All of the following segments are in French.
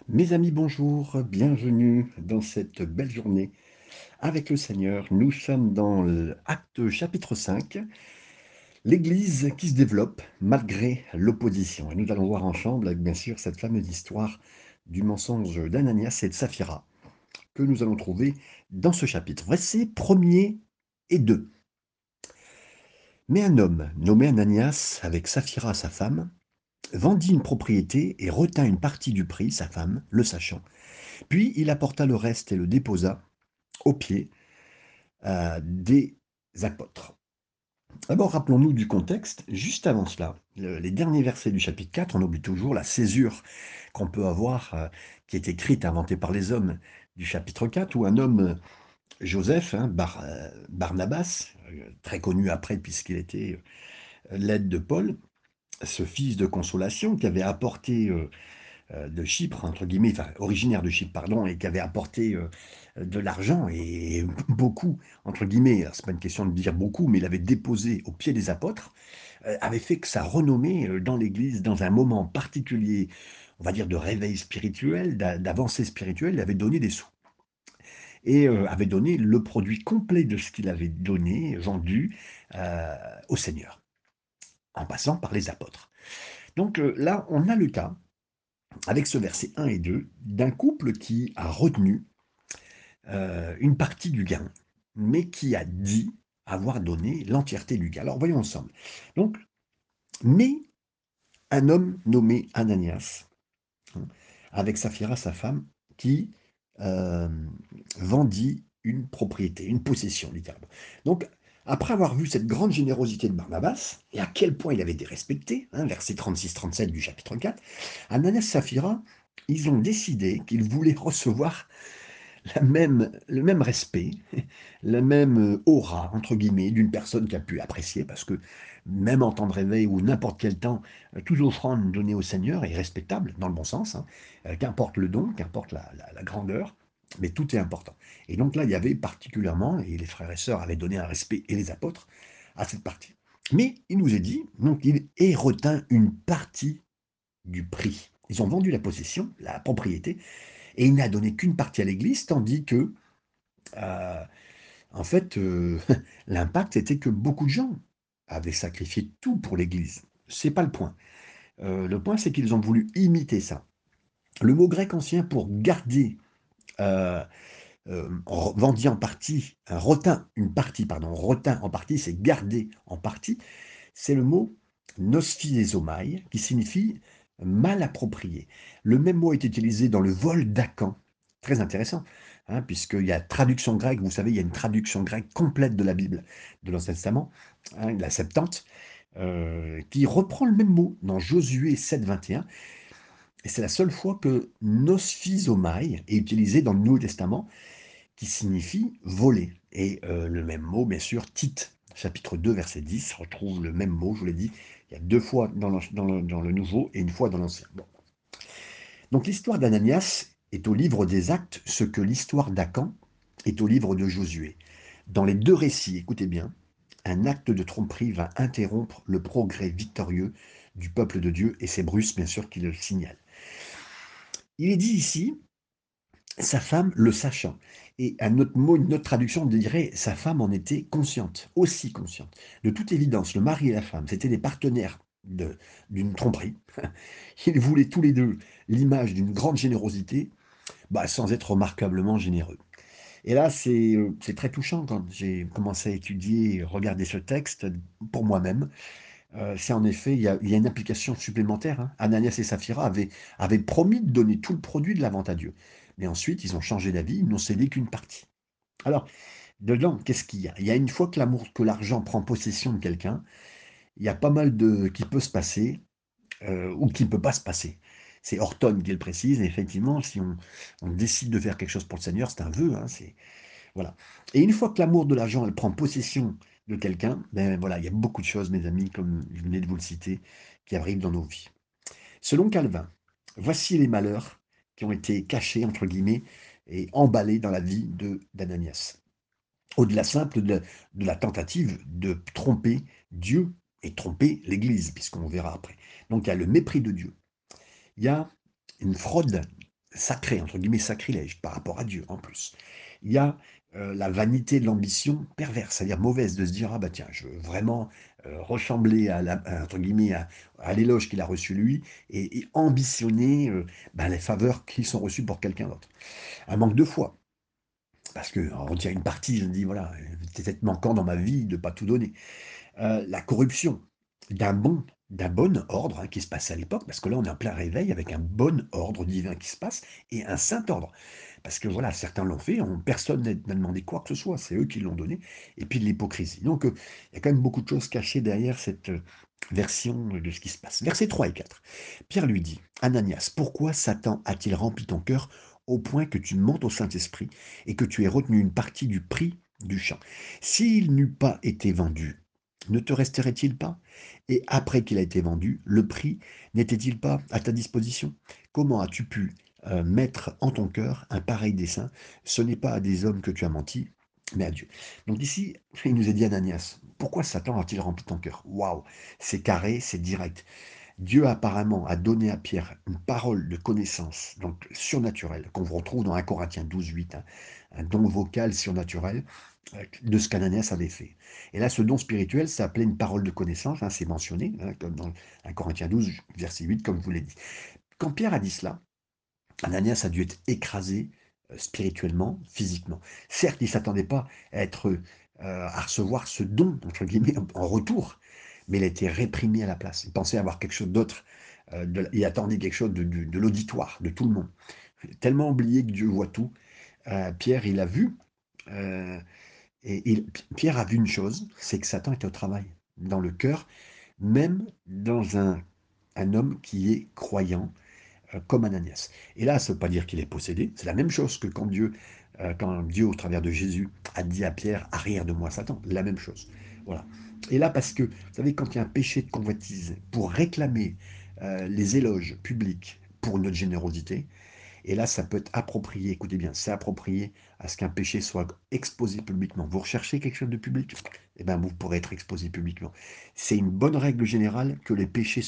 Mes amis, bonjour, bienvenue dans cette belle journée avec le Seigneur. Nous sommes dans l'Acte chapitre 5, l'Église qui se développe malgré l'opposition. Et nous allons voir ensemble, bien sûr, cette fameuse histoire du mensonge d'Ananias et de Saphira que nous allons trouver dans ce chapitre. Versets 1er et 2. Mais un homme nommé Ananias, avec Saphira sa femme, vendit une propriété et retint une partie du prix, sa femme, le sachant. Puis il apporta le reste et le déposa aux pieds des apôtres. D'abord, rappelons-nous du contexte. Juste avant cela, les derniers versets du chapitre 4, on oublie toujours la césure qu'on peut avoir, qui est écrite, inventée par les hommes du chapitre 4, où un homme, Joseph, hein, Barnabas, très connu après puisqu'il était l'aide de Paul, ce fils de consolation qui avait apporté de Chypre, entre guillemets, enfin originaire de Chypre, pardon, et qui avait apporté de l'argent et beaucoup, entre guillemets, c'est pas une question de dire beaucoup, mais il avait déposé au pied des apôtres, avait fait que sa renommée dans l'Église, dans un moment particulier, on va dire de réveil spirituel, d'avancée spirituelle, il avait donné des sous et avait donné le produit complet de ce qu'il avait donné, vendu euh, au Seigneur, en passant par les apôtres. Donc là, on a le cas avec ce verset 1 et 2, d'un couple qui a retenu une partie du gain, mais qui a dit avoir donné l'entièreté du gain. Alors voyons ensemble. Donc, mais un homme nommé Ananias, hein, avec Saphira, sa femme, qui euh, vendit une propriété, une possession, littéralement. Donc, après avoir vu cette grande générosité de Barnabas, et à quel point il avait été respecté, hein, verset 36-37 du chapitre 4, Ananias et Saphira, ils ont décidé qu'ils voulaient recevoir le même respect, la même aura, entre guillemets, d'une personne qui a pu apprécier, parce que même en temps de réveil ou n'importe quel temps, toute offrande donnée au Seigneur est respectable, dans le bon sens, hein, qu'importe le don, qu'importe la grandeur, mais tout est important. Et donc là, il y avait particulièrement, et les frères et sœurs avaient donné un respect, et les apôtres, à cette partie. Mais il nous est dit, donc il est retint une partie du prix. Ils ont vendu la possession, la propriété, et il n'a donné qu'une partie à l'Église, tandis que, euh, en fait, l'impact était que beaucoup de gens avaient sacrifié tout pour l'Église. C'est pas le point. Le point, c'est qu'ils ont voulu imiter ça. Le mot grec ancien pour garder, euh, vendit en partie, retint une partie, pardon, retint en partie, c'est garder en partie, c'est le mot nosphizomai, qui signifie mal approprié. Le même mot est utilisé dans le vol d'Acan. Très intéressant, hein, puisqu'il y a traduction grecque, vous savez, il y a une traduction grecque complète de la Bible, de l'Ancien Testament, hein, la Septante, qui reprend le même mot dans Josué 7, 21. Et c'est la seule fois que nosphizomai est utilisé dans le Nouveau Testament, qui signifie voler. Et le même mot, bien sûr, Tite, chapitre 2, verset 10, retrouve le même mot, je vous l'ai dit, il y a deux fois dans le Nouveau et une fois dans l'Ancien. Bon. Donc l'histoire d'Ananias est au livre des Actes, ce que l'histoire d'Acan est au livre de Josué. Dans les deux récits, écoutez bien, un acte de tromperie va interrompre le progrès victorieux du peuple de Dieu, et c'est Bruce, bien sûr, qui le signale. Il est dit ici, sa femme le sachant. Et un autre mot, une autre traduction dirait sa femme en était consciente, aussi consciente. De toute évidence, le mari et la femme, c'était des partenaires d'une tromperie. Ils voulaient tous les deux l'image d'une grande générosité, bah, sans être remarquablement généreux. Et là, c'est très touchant quand j'ai commencé à étudier, regarder ce texte pour moi-même. C'est en effet, il y a une application supplémentaire, hein. Ananias et Saphira avaient promis de donner tout le produit de la vente à Dieu. Mais ensuite, ils ont changé d'avis, ils n'ont cédé qu'une partie. Alors, dedans, qu'est-ce qu'il y a? Il y a une fois que l'amour, que l'argent prend possession de quelqu'un, il y a pas mal de qui peut se passer, ou qui ne peut pas se passer. C'est Horton qui le précise, et effectivement, si on décide de faire quelque chose pour le Seigneur, c'est un vœu, hein, voilà. Et une fois que l'amour de l'argent, elle prend possession de quelqu'un, ben voilà, il y a beaucoup de choses, mes amis, comme je venais de vous le citer, qui arrivent dans nos vies. Selon Calvin, voici les malheurs qui ont été cachés, entre guillemets, et emballés dans la vie de d'Ananias. Au-delà simple de la tentative de tromper Dieu et tromper l'Église, puisqu'on verra après. Donc il y a le mépris de Dieu. Il y a une fraude sacré, entre guillemets «sacrilège» par rapport à Dieu en plus. Il y a, la vanité de l'ambition perverse, c'est-à-dire mauvaise, de se dire: «Ah bah tiens, je veux vraiment, ressembler entre guillemets à l'éloge qu'il a reçu lui et ambitionner, les faveurs qui sont reçues pour quelqu'un d'autre». Un manque de foi, parce qu'on tient une partie, je me dis: «Voilà, c'est peut-être manquant dans ma vie de pas tout donner». La corruption d'un bon ordre, hein, qui se passait à l'époque, parce que là, on est en plein réveil avec un bon ordre divin qui se passe et un saint ordre. Parce que voilà, certains l'ont fait, personne n'a demandé quoi que ce soit, c'est eux qui l'ont donné, et puis de l'hypocrisie. Donc, il y a quand même beaucoup de choses cachées derrière cette version de ce qui se passe. Versets 3 et 4. Pierre lui dit: Ananias, pourquoi Satan a-t-il rempli ton cœur au point que tu mentes au Saint-Esprit et que tu aies retenu une partie du prix du champ? S'il n'eût pas été vendu, ne te resterait-il pas? Et après qu'il a été vendu, le prix n'était-il pas à ta disposition? Comment as-tu pu mettre en ton cœur un pareil dessein? Ce n'est pas à des hommes que tu as menti, mais à Dieu. Donc ici, il nous est dit Ananias, pourquoi Satan a-t-il rempli ton cœur? Waouh, c'est carré, c'est direct. Dieu apparemment a donné à Pierre une parole de connaissance, donc surnaturelle, qu'on retrouve dans 1 Corinthiens 12, 8, un don vocal surnaturel de ce qu'Ananias avait fait. Et là, ce don spirituel, ça appelait une parole de connaissance, c'est mentionné, comme dans 1 Corinthiens 12, verset 8, comme je vous l'ai dit. Quand Pierre a dit cela, Ananias a dû être écrasé spirituellement, physiquement. Certes, il ne s'attendait pas à recevoir ce don, entre guillemets, en retour, mais il a été réprimé à la place. Il pensait avoir quelque chose d'autre, il attendait quelque chose de l'auditoire, de tout le monde. Tellement oublié que Dieu voit tout. Pierre, il a vu, euh, Pierre a vu une chose, c'est que Satan était au travail, dans le cœur, même dans un homme qui est croyant, comme Ananias. Et là, ça ne veut pas dire qu'il est possédé. C'est la même chose que quand Dieu, au travers de Jésus, a dit à Pierre, arrière de moi, Satan. La même chose. Voilà. Et là, parce que, vous savez, quand il y a un péché de convoitise, pour réclamer les éloges publics pour notre générosité, et là, ça peut être approprié, écoutez bien, c'est approprié à ce qu'un péché soit exposé publiquement. Vous recherchez quelque chose de public, eh bien, vous pourrez être exposé publiquement. C'est une bonne règle générale que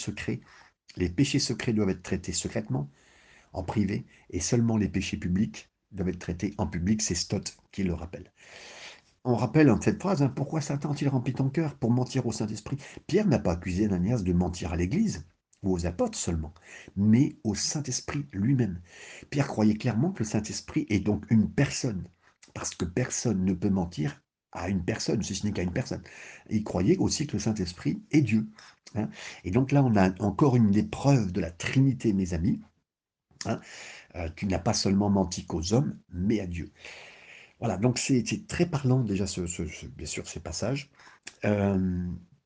les péchés secrets doivent être traités secrètement, en privé, et seulement les péchés publics doivent être traités en public. C'est Stott qui le rappelle. On rappelle dans cette phrase, pourquoi Satan a-t-il rempli ton cœur? Pour mentir au Saint-Esprit. Pierre n'a pas accusé Ananias de mentir à l'Église, ou aux apôtres seulement, mais au Saint-Esprit lui-même. Pierre croyait clairement que le Saint-Esprit est donc une personne, parce que personne ne peut mentir à une personne, si ce n'est qu'à une personne. Il croyait aussi que le Saint-Esprit est Dieu, hein. Et donc là, on a encore une des preuves de la Trinité, mes amis, hein, qui n'a pas seulement menti qu'aux hommes, mais à Dieu. Voilà, donc c'est très parlant déjà, bien sûr, ces passages. Euh,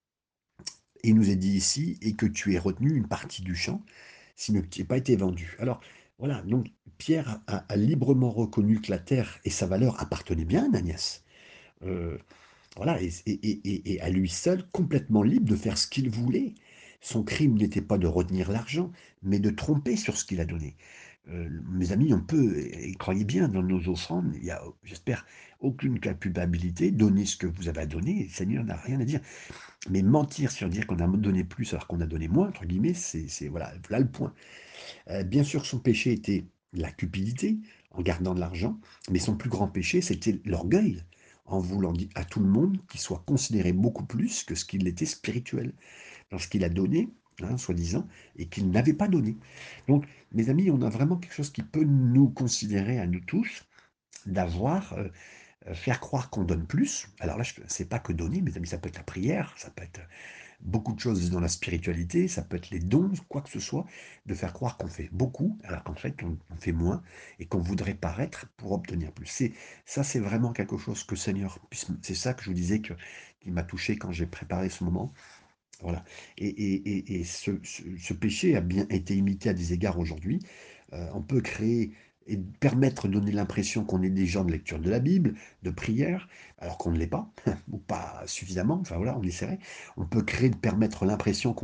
il nous est dit ici, et que tu aies retenu une partie du champ, s'il ne t'est pas été vendu. Alors, voilà, donc Pierre a librement reconnu que la terre et sa valeur appartenaient bien à Ananias. Euh, voilà, et à lui seul, complètement libre de faire ce qu'il voulait. Son crime n'était pas de retenir l'argent, mais de tromper sur ce qu'il a donné. Mes amis, on peut, et croyez bien, dans nos offrandes, il y a, j'espère, aucune culpabilité. Donnez ce que vous avez à donner, le Seigneur n'a rien à dire. Mais mentir sur dire qu'on a donné plus alors qu'on a donné moins, entre guillemets, voilà, voilà le point. Bien sûr, son péché était la cupidité, en gardant de l'argent, mais son plus grand péché, c'était l'orgueil, en voulant dire à tout le monde qu'il soit considéré beaucoup plus que ce qu'il était spirituel, lorsqu'il a donné, soi-disant, et qu'il n'avait pas donné. Donc, mes amis, on a vraiment quelque chose qui peut nous considérer à nous tous, d'avoir, faire croire qu'on donne plus. Alors là, c'est pas que donner, mes amis, ça peut être la prière, ça peut être beaucoup de choses dans la spiritualité, ça peut être les dons, quoi que ce soit, de faire croire qu'on fait beaucoup, alors qu'en fait on fait moins, et qu'on voudrait paraître pour obtenir plus. Ça, c'est vraiment quelque chose que Seigneur puisse. C'est ça que je vous disais qui m'a touché quand j'ai préparé ce moment. Voilà. Et ce péché a bien été imité à des égards aujourd'hui. On peut créer et permettre de donner l'impression qu'on est des gens de lecture de la Bible, de prière, alors qu'on ne l'est pas, ou pas suffisamment, enfin voilà, on essaierait. On peut créer, de permettre l'impression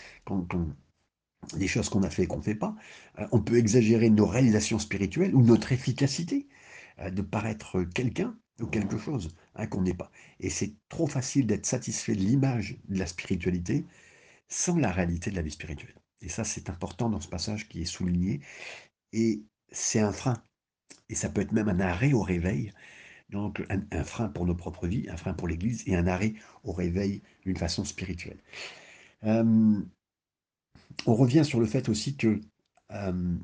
des choses qu'on a fait et qu'on ne fait pas. On peut exagérer nos réalisations spirituelles ou notre efficacité, de paraître quelqu'un ou quelque chose, qu'on n'est pas. Et c'est trop facile d'être satisfait de l'image de la spiritualité sans la réalité de la vie spirituelle. Et ça, c'est important dans ce passage qui est souligné. Et c'est un frein et ça peut être même un arrêt au réveil. Donc un frein pour nos propres vies, un frein pour l'Église et un arrêt au réveil d'une façon spirituelle. Hem, on revient sur le fait aussi que, hem,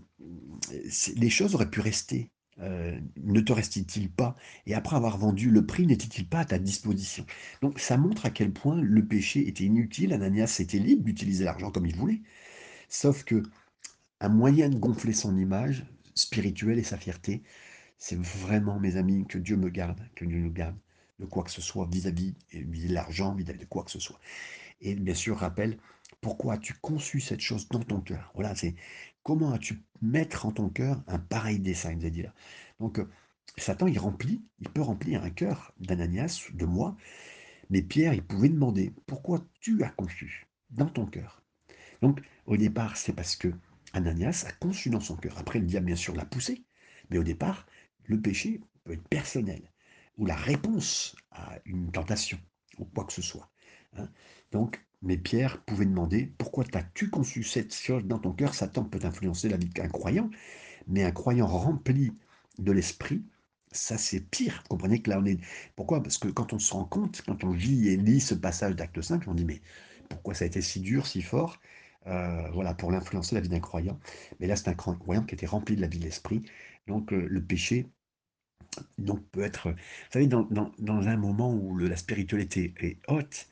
les choses auraient pu rester. Ne te restait-il pas? Et après avoir vendu, le prix n'était-il pas à ta disposition? Donc ça montre à quel point le péché était inutile. Ananias était libre d'utiliser l'argent comme il voulait. Sauf que un moyen de gonfler son image spirituelle et sa fierté, c'est vraiment, mes amis, que Dieu me garde, que Dieu nous garde de quoi que ce soit vis-à-vis de l'argent, vis-à-vis de quoi que ce soit. Et bien sûr, rappelle, pourquoi as-tu conçu cette chose dans ton cœur? Voilà, c'est comment as-tu mettre en ton cœur un pareil dessein, il nous a dit là. Donc, Satan, il peut remplir un cœur d'Ananias, de moi, mais Pierre, il pouvait demander, pourquoi tu as conçu dans ton cœur? Donc, au départ, c'est parce que Ananias a conçu dans son cœur. Après, le diable, bien sûr, l'a poussé. Mais au départ, le péché peut être personnel, ou la réponse à une tentation, ou quoi que ce soit. Hein. Donc, mais Pierre pouvait demander, pourquoi t'as-tu conçu cette chose dans ton cœur? Satan peut influencer la vie d'un croyant, mais un croyant rempli de l'esprit, ça c'est pire. Vous comprenez que là on est. Pourquoi? Parce que quand on se rend compte, quand on vit et lit ce passage d'Acte 5, on dit mais pourquoi ça a été si dur, si fort? Voilà, pour l'influencer la vie d'un croyant. Mais là, c'est un croyant qui était rempli de la vie de l'esprit. Donc le péché donc, peut être. Vous savez, dans un moment où la spiritualité est haute,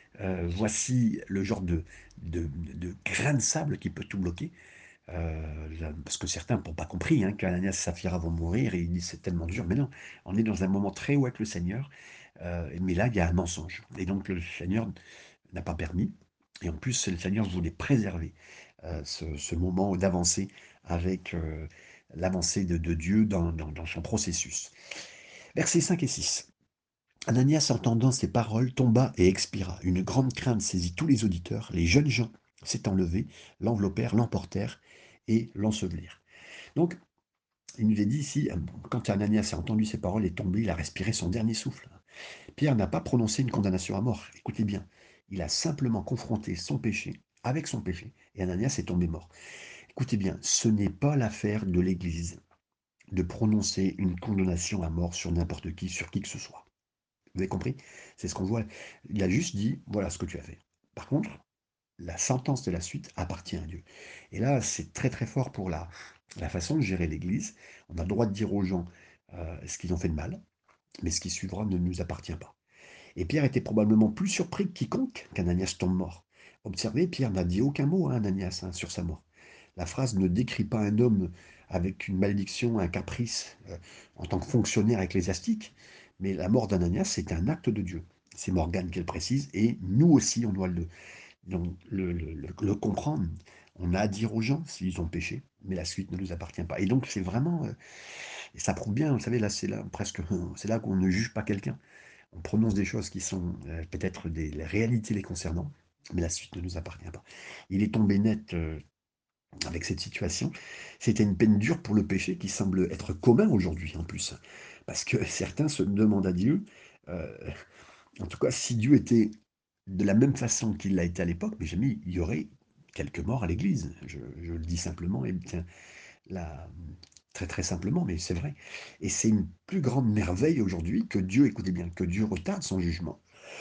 voici le genre de grain de sable qui peut tout bloquer. Parce que certains n'ont pas compris hein, qu'Ananias et Saphira vont mourir et ils disent c'est tellement dur. Mais non, on est dans un moment très haut avec le Seigneur. Mais là, il y a un mensonge. Et donc le Seigneur n'a pas permis. Et en plus, le Seigneur voulait préserver ce moment d'avancée avec l'avancée de Dieu dans son processus. Versets 5 et 6. Ananias, entendant ces paroles, tomba et expira. Une grande crainte saisit tous les auditeurs. Les jeunes gens s'étant levés, l'enveloppèrent, l'emportèrent et l'ensevelirent. Donc, il nous est dit ici, quand Ananias a entendu ces paroles, il est tombé, il a respiré son dernier souffle. Pierre n'a pas prononcé une condamnation à mort. Écoutez bien, il a simplement confronté son péché avec son péché, et Ananias est tombé mort. Écoutez bien, ce n'est pas l'affaire de l'Église de prononcer une condamnation à mort sur n'importe qui, sur qui que ce soit. Vous avez compris? C'est ce qu'on voit. Il a juste dit, voilà ce que tu as fait. Par contre, la sentence de la suite appartient à Dieu. Et là, c'est très très fort pour la façon de gérer l'Église. On a le droit de dire aux gens ce qu'ils ont fait de mal, mais ce qui suivra ne nous appartient pas. Et Pierre était probablement plus surpris que quiconque qu'Ananias tombe mort. Observez, Pierre n'a dit aucun mot à Ananias sur sa mort. La phrase ne décrit pas un homme avec une malédiction, un caprice, en tant que fonctionnaire ecclésiastique, mais la mort d'Ananias, c'est un acte de Dieu. C'est Morgane qui le précise, et nous aussi, on doit le comprendre. On a à dire aux gens s'ils ont péché, mais la suite ne nous appartient pas. Et donc, c'est vraiment, et ça prouve bien, vous savez, là, c'est là presque, c'est là qu'on ne juge pas quelqu'un. On prononce des choses qui sont peut-être les réalités les concernant, mais la suite ne nous appartient pas. Il est tombé net avec cette situation. C'était une peine dure pour le péché qui semble être commun aujourd'hui en plus. Parce que certains se demandent à Dieu, euh, en tout cas si Dieu était de la même façon qu'il l'a été à l'époque, mais jamais il y aurait quelques morts à l'église. Je le dis simplement, et tiens, là, très très simplement, mais c'est vrai. Et c'est une plus grande merveille aujourd'hui que Dieu, écoutez bien, que Dieu retarde son jugement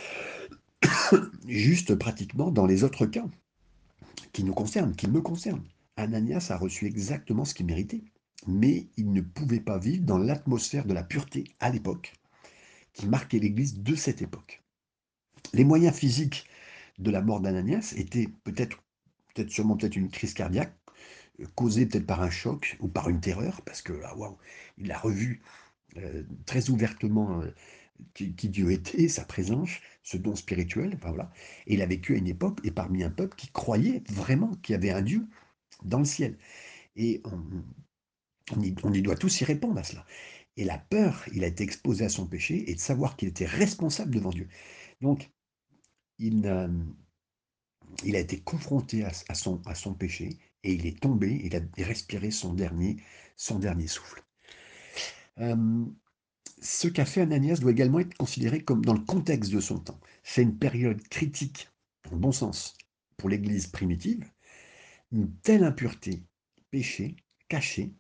juste pratiquement dans les autres cas qui nous concernent, qui me concernent. Ananias a reçu exactement ce qu'il méritait, mais il ne pouvait pas vivre dans l'atmosphère de la pureté à l'époque qui marquait l'Église de cette époque. Les moyens physiques de la mort d'Ananias étaient sûrement peut-être une crise cardiaque causée peut-être par un choc ou par une terreur, parce que ah, waouh, il a revu très ouvertement qui Dieu était, sa présence, ce don spirituel, enfin voilà. Et il a vécu à une époque et parmi un peuple qui croyait vraiment qu'il y avait un Dieu dans le ciel. Et on y doit tous y répondre à cela. Et la peur, il a été exposé à son péché et de savoir qu'il était responsable devant Dieu. Donc, il, n'a- il a été confronté à son péché et il est tombé, il a respiré son dernier souffle. Euh, Ce qu'a fait Ananias doit également être considéré comme dans le contexte de son temps. C'est une période critique, dans le bon sens, pour l'Église primitive. Une telle impureté, péché, caché,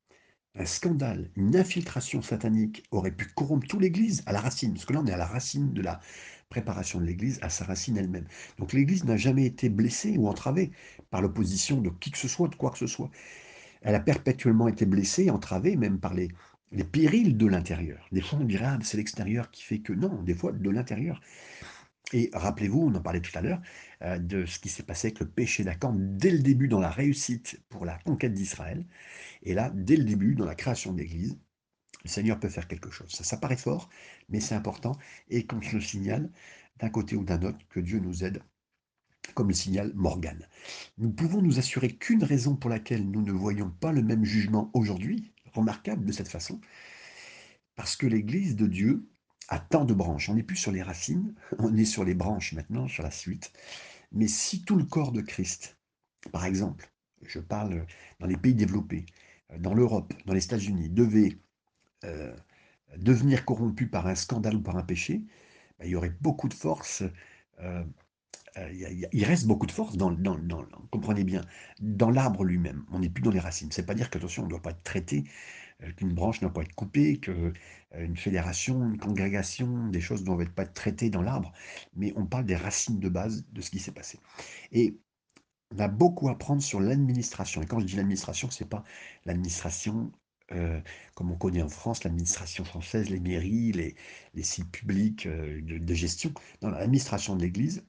un scandale, une infiltration satanique aurait pu corrompre toute l'Église à la racine, parce que là on est à la racine de la préparation de l'Église, à sa racine elle-même. Donc l'Église n'a jamais été blessée ou entravée par l'opposition de qui que ce soit, de quoi que ce soit. Elle a perpétuellement été blessée, entravée, même par les périls de l'intérieur. Des fois on dirait, ah, c'est l'extérieur qui fait que non, des fois de l'intérieur. Et rappelez-vous, on en parlait tout à l'heure, de ce qui s'est passé avec le péché d'Acan dès le début dans la réussite pour la conquête d'Israël. Et là, dès le début, dans la création de l'Église, le Seigneur peut faire quelque chose. Ça paraît fort, mais c'est important. Et qu'on se le signale d'un côté ou d'un autre, que Dieu nous aide, comme le signale Morgane. Nous pouvons nous assurer qu'une raison pour laquelle nous ne voyons pas le même jugement aujourd'hui, remarquable de cette façon, parce que l'Église de Dieu a tant de branches. On n'est plus sur les racines, on est sur les branches maintenant, sur la suite. Mais si tout le corps de Christ, par exemple, je parle dans les pays développés, dans l'Europe, dans les États-Unis, devait euh, devenir corrompu par un scandale ou par un péché, bah, il y aurait beaucoup de force, euh, il reste beaucoup de force comprenez bien, dans l'arbre lui-même. On n'est plus dans les racines. C'est pas dire qu'attention, on ne doit pas être traité, qu'une branche ne doit pas être coupée, qu'une fédération, une congrégation, des choses ne doivent pas être traitées dans l'arbre, mais on parle des racines de base de ce qui s'est passé. Et on a beaucoup à apprendre sur l'administration. Et quand je dis l'administration, c'est pas l'administration comme on connaît en France, l'administration française, les mairies, les sites publics de gestion. Non, l'administration de l'Église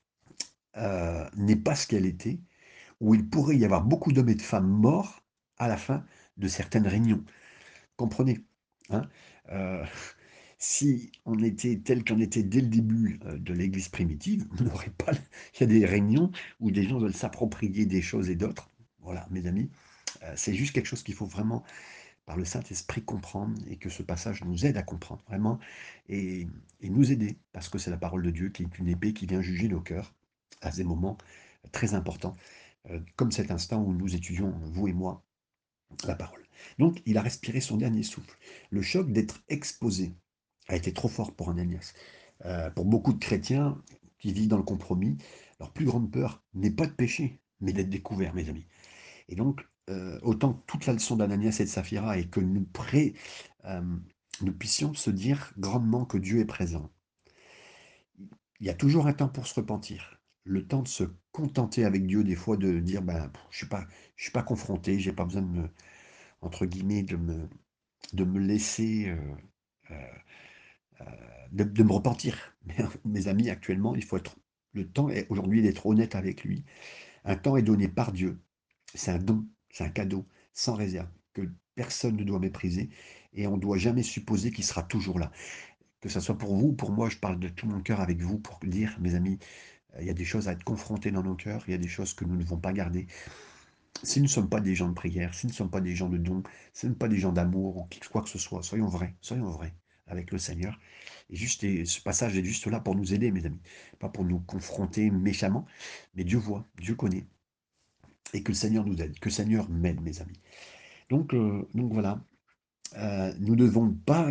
n'est pas ce qu'elle était, où il pourrait y avoir beaucoup d'hommes et de femmes morts à la fin de certaines réunions. Comprenez, hein? Euh, Si on était tel qu'on était dès le début de l'Église primitive, on n'aurait pas. Il y a des réunions où des gens veulent s'approprier des choses et d'autres. Voilà, mes amis, c'est juste quelque chose qu'il faut vraiment, par le Saint-Esprit, comprendre et que ce passage nous aide à comprendre, vraiment, et, et nous aider, parce que c'est la parole de Dieu qui est une épée qui vient juger nos cœurs à des moments très importants, comme cet instant où nous étudions, vous et moi, la parole. Donc, il a respiré son dernier souffle. Le choc d'être exposé a été trop fort pour Ananias. Pour beaucoup de chrétiens qui vivent dans le compromis, leur plus grande peur n'est pas de pécher, mais d'être découvert, mes amis. Et donc, autant que toute la leçon d'Ananias et de Saphira est que euh, nous puissions se dire grandement que Dieu est présent. Il y a toujours un temps pour se repentir. Le temps de se contenter avec Dieu, des fois, de dire, ben, je suis pas confronté, j'ai pas besoin de me, entre guillemets, de me laisser, euh, de me repentir. Mais, mes amis, actuellement, il faut être, le temps est aujourd'hui d'être honnête avec lui. Un temps est donné par Dieu. C'est un don, c'est un cadeau, sans réserve, que personne ne doit mépriser. Et on ne doit jamais supposer qu'il sera toujours là. Que ce soit pour vous ou pour moi, je parle de tout mon cœur avec vous pour dire, mes amis, il y a des choses à être confrontées dans nos cœurs, il y a des choses que nous ne devons pas garder. Si nous ne sommes pas des gens de prière, si nous ne sommes pas des gens de dons, si nous ne sommes pas des gens d'amour ou quoi que ce soit, soyons vrais avec le Seigneur. Et ce passage est juste là pour nous aider, mes amis, pas pour nous confronter méchamment, mais Dieu voit, Dieu connaît, et que le Seigneur nous aide, que le Seigneur m'aide, mes amis. Donc voilà, nous ne devons pas.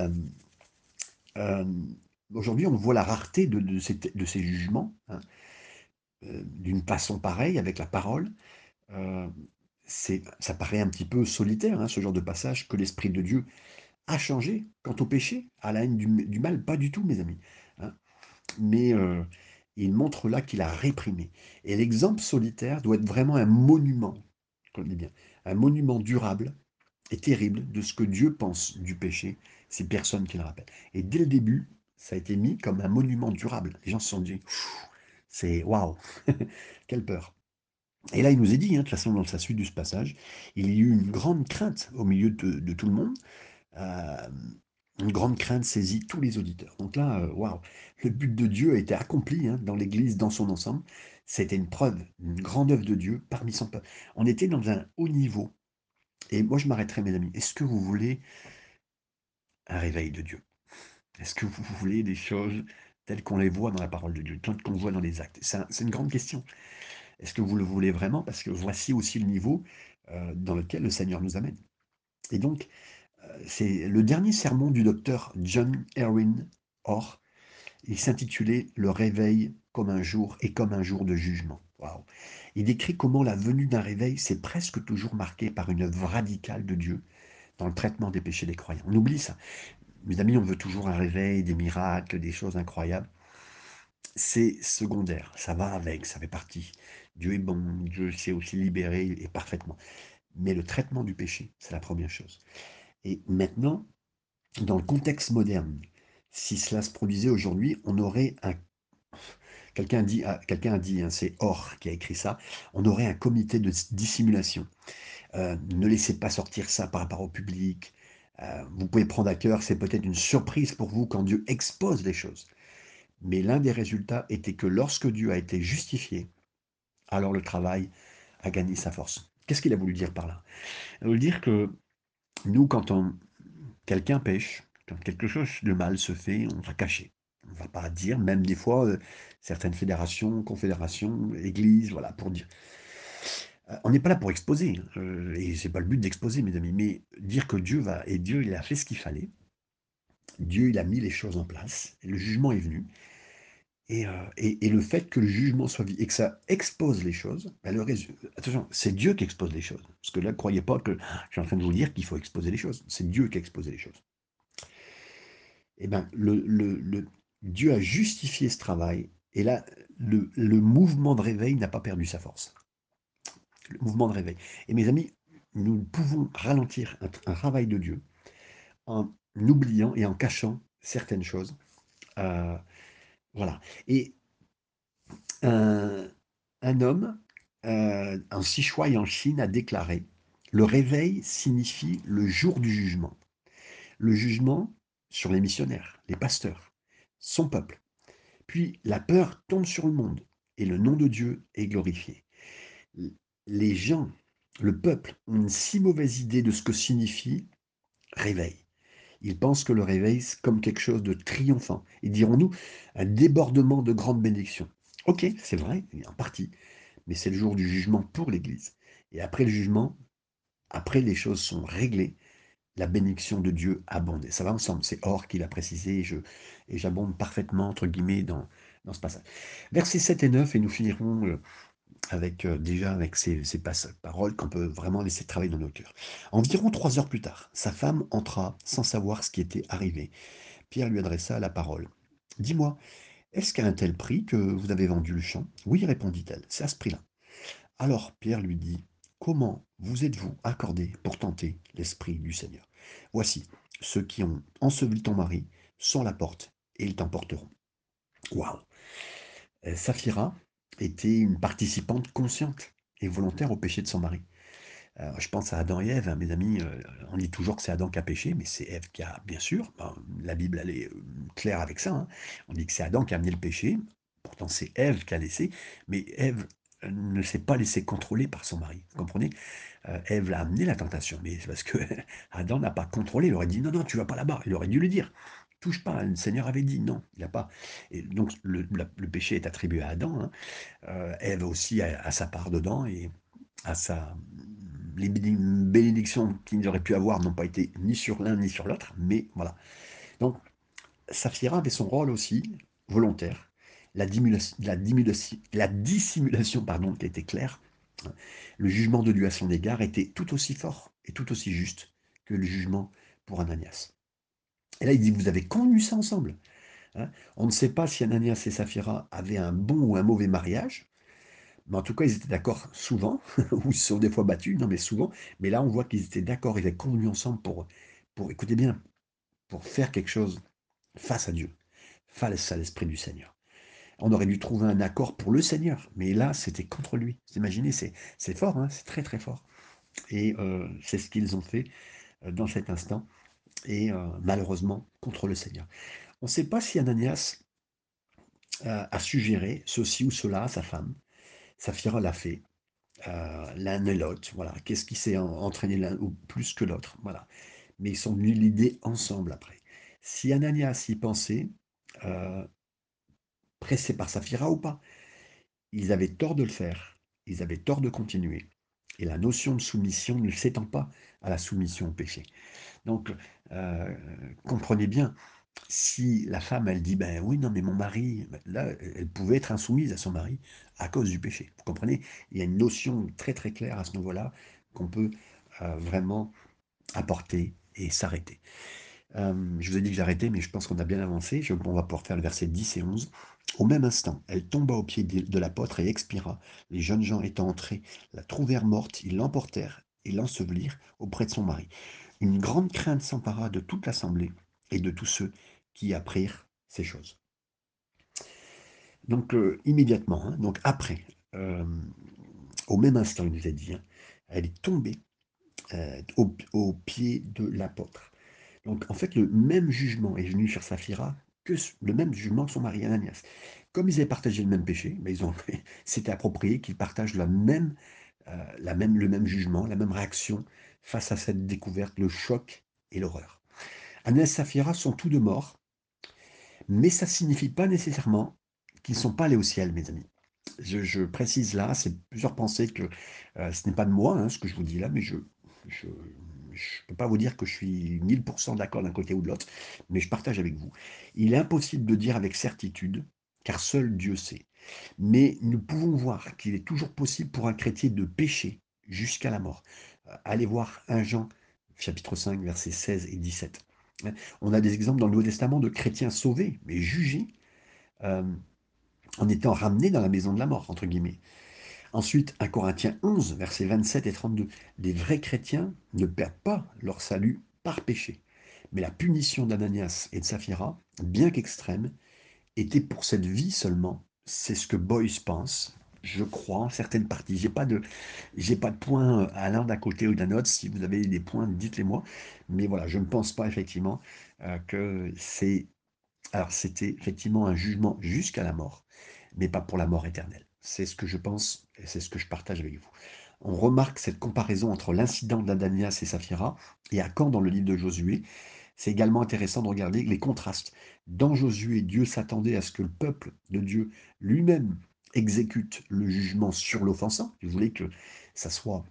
Euh, Aujourd'hui, on voit la rareté de ces jugements, hein, d'une façon pareille avec la parole. Euh, Ça paraît un petit peu solitaire, hein, ce genre de passage, que l'Esprit de Dieu a changé quant au péché, à la haine du mal, pas du tout, mes amis, hein. Mais il montre là qu'il a réprimé. Et l'exemple solitaire doit être vraiment un monument, comprenez bien, un monument durable et terrible de ce que Dieu pense du péché, ces personnes qui le rappellent. Et dès le début, ça a été mis comme un monument durable. Les gens se sont dit, c'est waouh, quelle peur. Et là, il nous est dit, hein, de toute façon, dans sa suite de ce passage, il y a eu une grande crainte au milieu de tout le monde. euh, une grande crainte saisit tous les auditeurs. Donc là, waouh, le but de Dieu a été accompli, hein, dans l'Église, dans son ensemble. C'était une preuve, une grande œuvre de Dieu parmi son peuple. On était dans un haut niveau. Et moi, je m'arrêterai, mes amis. Est-ce que vous voulez un réveil de Dieu? Est-ce que vous voulez des choses telles qu'on les voit dans la parole de Dieu, telles qu'on voit dans les actes? C'est une grande question. Est-ce que vous le voulez vraiment? Parce que voici aussi le niveau dans lequel le Seigneur nous amène. Et donc, c'est le dernier sermon du docteur John Erwin Orr. Il s'intitulait Le réveil comme un jour et comme un jour de jugement. Waouh. Il décrit comment la venue d'un réveil, c'est presque toujours marqué par une œuvre radicale de Dieu, dans le traitement des péchés des croyants. On oublie ça. Mes amis, on veut toujours un réveil, des miracles, des choses incroyables. C'est secondaire, ça va avec, ça fait partie. Dieu est bon, Dieu sait aussi libérer et parfaitement. Mais le traitement du péché, c'est la première chose. Et maintenant, dans le contexte moderne, si cela se produisait aujourd'hui, on aurait un... quelqu'un a dit, hein, c'est Or qui a écrit ça, on aurait un comité de dissimulation. Ne laissez pas sortir ça par rapport au public. Vous pouvez prendre à cœur, c'est peut-être une surprise pour vous quand Dieu expose les choses. Mais l'un des résultats était que lorsque Dieu a été justifié, alors le travail a gagné sa force. Qu'est-ce qu'il a voulu dire par là? Il a voulu dire que nous, quelqu'un pêche, quand quelque chose de mal se fait, on va cacher. On ne va pas dire, même des fois, certaines fédérations, confédérations, églises, voilà, pour dire. On n'est pas là pour exposer, et c'est pas le but d'exposer, mes amis, mais dire que Dieu va, et Dieu, il a fait ce qu'il fallait. Dieu, il a mis les choses en place, et le jugement est venu. Et le fait que le jugement soit et que ça expose les choses, bah, attention, c'est Dieu qui expose les choses. Parce que là, ne croyez pas que je suis en train de vous dire qu'il faut exposer les choses. C'est Dieu qui a exposé les choses. Et ben, Dieu a justifié ce travail. Et là, le mouvement de réveil n'a pas perdu sa force. Le mouvement de réveil. Et mes amis, nous pouvons ralentir un travail de Dieu en oubliant et en cachant certaines choses. Euh, voilà. Et Un, un homme en Sichuan en Chine a déclaré: le réveil signifie le jour du jugement. Le jugement sur les missionnaires, les pasteurs, son peuple. Puis la peur tombe sur le monde et le nom de Dieu est glorifié. Les gens, le peuple, ont une si mauvaise idée de ce que signifie réveil. Ils pensent que le réveil, c'est comme quelque chose de triomphant. Et dirons-nous, un débordement de grandes bénédictions. Ok, c'est vrai, en partie, mais c'est le jour du jugement pour l'Église. Et après le jugement, après les choses sont réglées, la bénédiction de Dieu abonde. Et ça va ensemble. C'est Or qui l'a précisé, et j'abonde parfaitement, entre guillemets, dans ce passage. Versets 7 et 9, et nous finirons déjà avec ces paroles qu'on peut vraiment laisser travailler dans nos cœurs. Environ 3 heures plus tard, sa femme entra sans savoir ce qui était arrivé. Pierre lui adressa la parole. Dis-moi, est-ce qu'à un tel prix que vous avez vendu le champ? Oui, répondit-elle, c'est à ce prix-là. Alors Pierre lui dit, comment vous êtes-vous accordé pour tenter l'Esprit du Seigneur? Voici, ceux qui ont enseveli ton mari sont à la porte, et ils t'emporteront. Waouh! Saphira était une participante consciente et volontaire au péché de son mari. Je pense à Adam et Ève, hein, mes amis, on dit toujours que c'est Adam qui a péché, mais c'est Ève qui a, bien sûr, ben, la Bible elle est claire avec ça, hein. On dit que c'est Adam qui a amené le péché, pourtant c'est Ève qui a laissé, mais Ève ne s'est pas laissée contrôler par son mari, vous comprenez? Ève l'a amené la tentation, mais c'est parce que Adam n'a pas contrôlé, il aurait dit: «Non, non, tu vas pas là-bas», il aurait dû lui dire: «Touche pas», le Seigneur avait dit: «Non», il a pas, et donc le péché est attribué à Adam, hein. Ève aussi a sa part dedans, et à sa les bénédictions qu'ils auraient pu avoir n'ont pas été ni sur l'un ni sur l'autre, mais voilà. Donc, Saphira avait son rôle aussi, volontaire. La dissimulation, pardon, qui était claire, le jugement de Dieu à son égard était tout aussi fort et tout aussi juste que le jugement pour Ananias. Et là, il dit, vous avez convenu ça ensemble, hein. On ne sait pas si Ananias et Saphira avaient un bon ou un mauvais mariage, mais en tout cas, ils étaient d'accord souvent, ou ils se sont des fois battus, non mais souvent, mais là on voit qu'ils étaient d'accord, ils avaient convenu ensemble écoutez bien, pour faire quelque chose face à Dieu, face à l'Esprit du Seigneur. On aurait dû trouver un accord pour le Seigneur, mais là c'était contre lui. Vous imaginez, c'est fort, hein, c'est très très fort. Et c'est ce qu'ils ont fait dans cet instant, et malheureusement contre le Seigneur. On ne sait pas si Ananias a suggéré ceci ou cela à sa femme. Saphira l'a fait. L'un et l'autre, voilà. Qu'est-ce qui s'est entraîné l'un ou plus que l'autre, voilà. Mais ils sont venus l'idée ensemble après. Si Ananias y pensait, euh, pressé par Saphira ou pas, ils avaient tort de le faire, ils avaient tort de continuer. Et la notion de soumission ne s'étend pas à la soumission au péché. Donc, euh, comprenez bien, si la femme, elle dit, ben oui, non, mais mon mari, ben là, elle pouvait être insoumise à son mari à cause du péché. Vous comprenez? Il y a une notion très très claire à ce niveau-là qu'on peut vraiment apporter et s'arrêter. Je vous ai dit que j'arrêtais, mais je pense qu'on a bien avancé. On va pouvoir faire le verset 10 et 11. Au même instant, elle tomba aux pieds de l'apôtre et expira. Les jeunes gens étant entrés, la trouvèrent morte, ils l'emportèrent et l'ensevelirent auprès de son mari. Une grande crainte s'empara de toute l'assemblée et de tous ceux qui apprirent ces choses. Donc, immédiatement, hein, donc après, euh, au même instant, il nous a dit, hein, elle est tombée au pied de l'apôtre. Donc, en fait, le même jugement est venu sur Saphira que le même jugement de son mari Ananias. Comme ils avaient partagé le même péché, mais ils ont c'était approprié qu'ils partagent le même jugement, la même réaction face à cette découverte, le choc et l'horreur. Ananias et Saphira sont tous deux morts, mais ça ne signifie pas nécessairement qu'ils ne sont pas allés au ciel, mes amis. Je précise là, c'est plusieurs pensées que ce n'est pas de moi, hein, ce que je vous dis là, mais je ne peux pas vous dire que je suis 1000% d'accord d'un côté ou de l'autre, mais je partage avec vous. Il est impossible de dire avec certitude, car seul Dieu sait. Mais nous pouvons voir qu'il est toujours possible pour un chrétien de pécher jusqu'à la mort. Allez voir 1 Jean, chapitre 5, versets 16 et 17. Hein, on a des exemples dans le Nouveau Testament de chrétiens sauvés, mais jugés, euh, en étant ramenés dans la maison de la mort, entre guillemets. Ensuite, 1 Corinthiens 11, versets 27 et 32. Les vrais chrétiens ne perdent pas leur salut par péché. Mais la punition d'Ananias et de Saphira, bien qu'extrême, était pour cette vie seulement. C'est ce que Boyce pense. Je crois en certaines parties. J'ai pas de points à l'un d'un côté ou d'un autre. Si vous avez des points, dites-les moi. Mais voilà, je ne pense pas effectivement que c'est alors, c'était effectivement un jugement jusqu'à la mort, mais pas pour la mort éternelle. C'est ce que je pense et c'est ce que je partage avec vous. On remarque cette comparaison entre l'incident d'Ananias et Saphira et Achan dans le livre de Josué. C'est également intéressant de regarder les contrastes. Dans Josué, Dieu s'attendait à ce que le peuple de Dieu lui-même exécute le jugement sur l'offensant. Il voulait que ça soit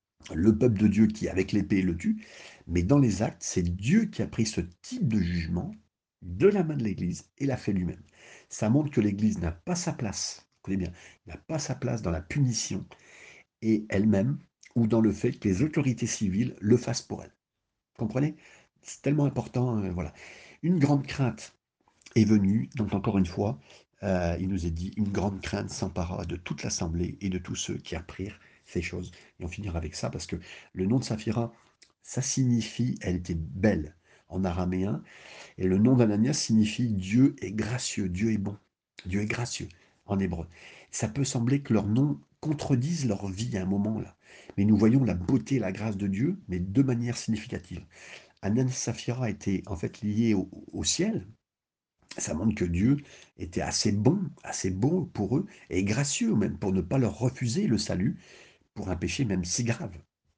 le peuple de Dieu qui, avec l'épée, le tue. Mais dans les actes, c'est Dieu qui a pris ce type de jugement de la main de l'Église et l'a fait lui-même. Ça montre que l'Église n'a pas sa place, écoutez bien, n'a pas sa place dans la punition et elle-même, ou dans le fait que les autorités civiles le fassent pour elle. Comprenez? C'est tellement important, voilà. Une grande crainte est venue, donc encore une fois, il nous est dit, une grande crainte s'empara de toute l'assemblée et de tous ceux qui apprirent ces choses. Et on finira avec ça, parce que le nom de Saphira, ça signifie, elle était belle en araméen, et le nom d'Ananias signifie Dieu est gracieux, Dieu est bon, Dieu est gracieux en hébreu. Ça peut sembler que leurs noms contredisent leur vie à un moment là, mais nous voyons la beauté et la grâce de Dieu, mais de manière significative. Ananias et Saphira étaient en fait liés au ciel. Ça montre que Dieu était assez bon, assez beau pour eux, et gracieux même, pour ne pas leur refuser le salut pour un péché même si grave.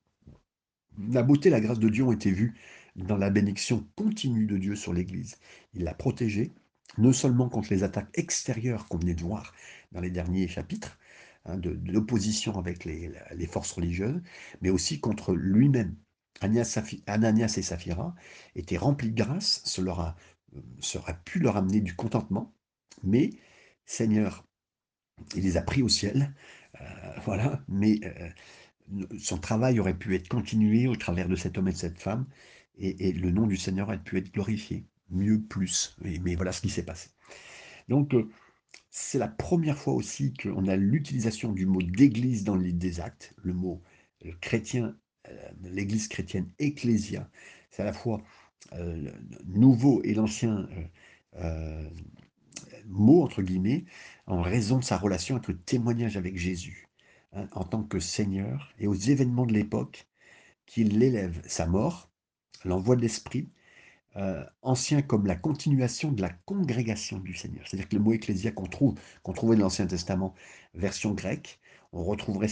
La beauté et la grâce de Dieu ont été vues dans la bénédiction continue de Dieu sur l'Église. Il l'a protégée, non seulement contre les attaques extérieures qu'on venait de voir dans les derniers chapitres, hein, de l'opposition avec les forces religieuses, mais aussi contre lui-même. Ananias et Saphira étaient remplis de grâce, ça aurait pu leur amener du contentement, mais Seigneur, il les a pris au ciel, voilà, mais son travail aurait pu être continué au travers de cet homme et de cette femme, et le nom du Seigneur aurait pu être glorifié, mieux, plus, mais voilà ce qui s'est passé. Donc, c'est la première fois aussi qu'on a l'utilisation du mot d'église dans le livre des Actes, le mot chrétien, l'église chrétienne ecclésia, c'est à la fois le nouveau et l'ancien mot, entre guillemets, en raison de sa relation avec le témoignage avec Jésus, hein, en tant que Seigneur, et aux événements de l'époque qui l'élèvent, sa mort, l'envoi de l'Esprit, ancien comme la continuation de la congrégation du Seigneur. C'est-à-dire que le mot ecclésia qu'on trouvait dans l'Ancien Testament, version grecque, on retrouverait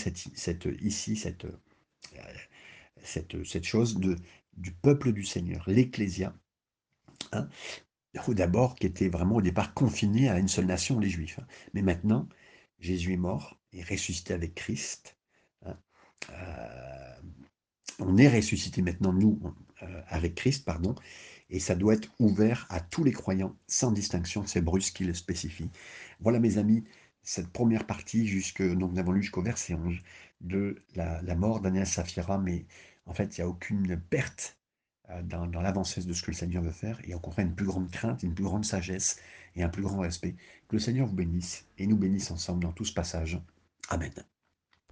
cette chose du peuple du Seigneur, l'ecclésia, hein, ou d'abord qui était vraiment au départ confiné à une seule nation, les Juifs, hein. Mais maintenant, Jésus est mort et ressuscité avec Christ, hein. Euh, on est ressuscité maintenant, nous, avec Christ, pardon, et ça doit être ouvert à tous les croyants, sans distinction, c'est Bruce qui le spécifie. Voilà, mes amis, cette première partie, donc nous avons lu jusqu'au verset 11, de la mort d'Ananias Saphira, mais En fait, il y a aucune perte, dans l'avancée de ce que le Seigneur veut faire et au contraire une plus grande crainte, une plus grande sagesse et un plus grand respect. Que le Seigneur vous bénisse et nous bénisse ensemble dans tout ce passage. Amen.